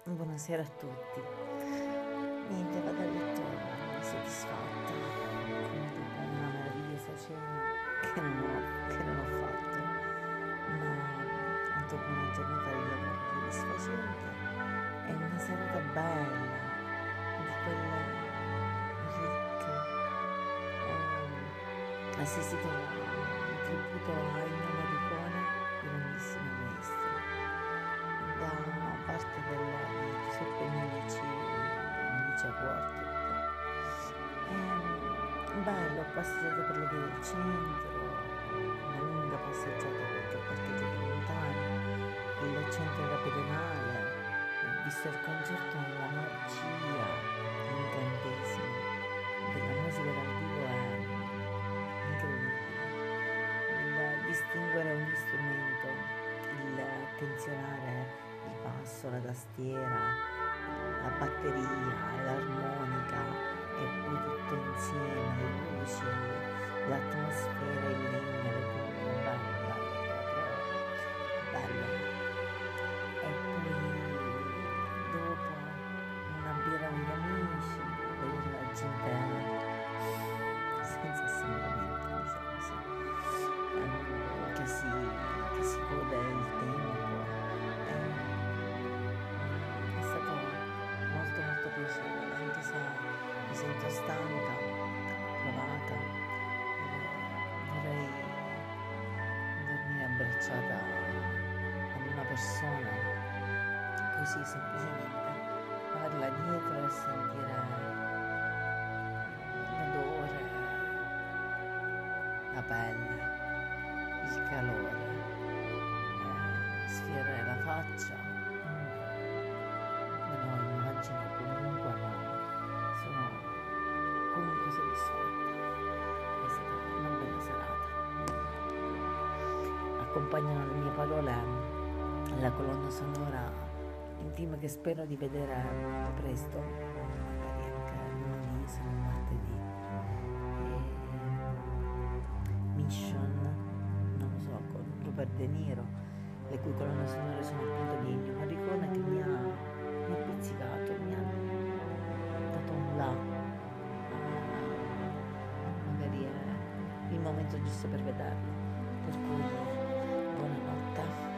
Buonasera a tutti. Niente, vado a letto soddisfatta, come dopo una meravigliosa cena che non ho fatto, ma dopo una giornata di lavoro soddisfacente e una serata bella, di quelle ricche. Ho assistito a un tributo a Ennio Morricone, grandissimo maestro, da parte di Giuseppe Milici a Quartet. Bello, ho passeggiato per le vie del centro, una lunga passeggiata perché il parcheggio è lontano, il centro era pedonale, ho visto il concerto nella magia incantesima della musica dal vivo è incredibile. Il distinguere ogni strumento, il attenzionare il basso, la tastiera, la batteria, l'armonica e poi tutto insieme, le luci, l'atmosfera, il legno, le cure, bello, bello, bello. E poi dopo una birra con gli amici, vedere la gente senza assembramento, diciamo così, che si gode il tempo. È stato molto molto piacevole, anche se mi sento stanca, provata, vorrei dormire abbracciata ad una persona, così semplicemente, averla dietro e sentire l'odore, la pelle, il calore, sfiorare la faccia. Me lo immagino comunque, ma sono comunque soddisfatta. È stata una bella serata. Accompagnano le mie parole la colonna sonora in film che spero di vedere presto, magari anche lunedì, se non martedì. Mission, non lo so, con Robert De Niro, le cui colonne sonore sono appunto di Ennio Morricone, che mi ha pizzicato, mi ha dato un là, magari è il momento giusto per vederlo, per cui buonanotte.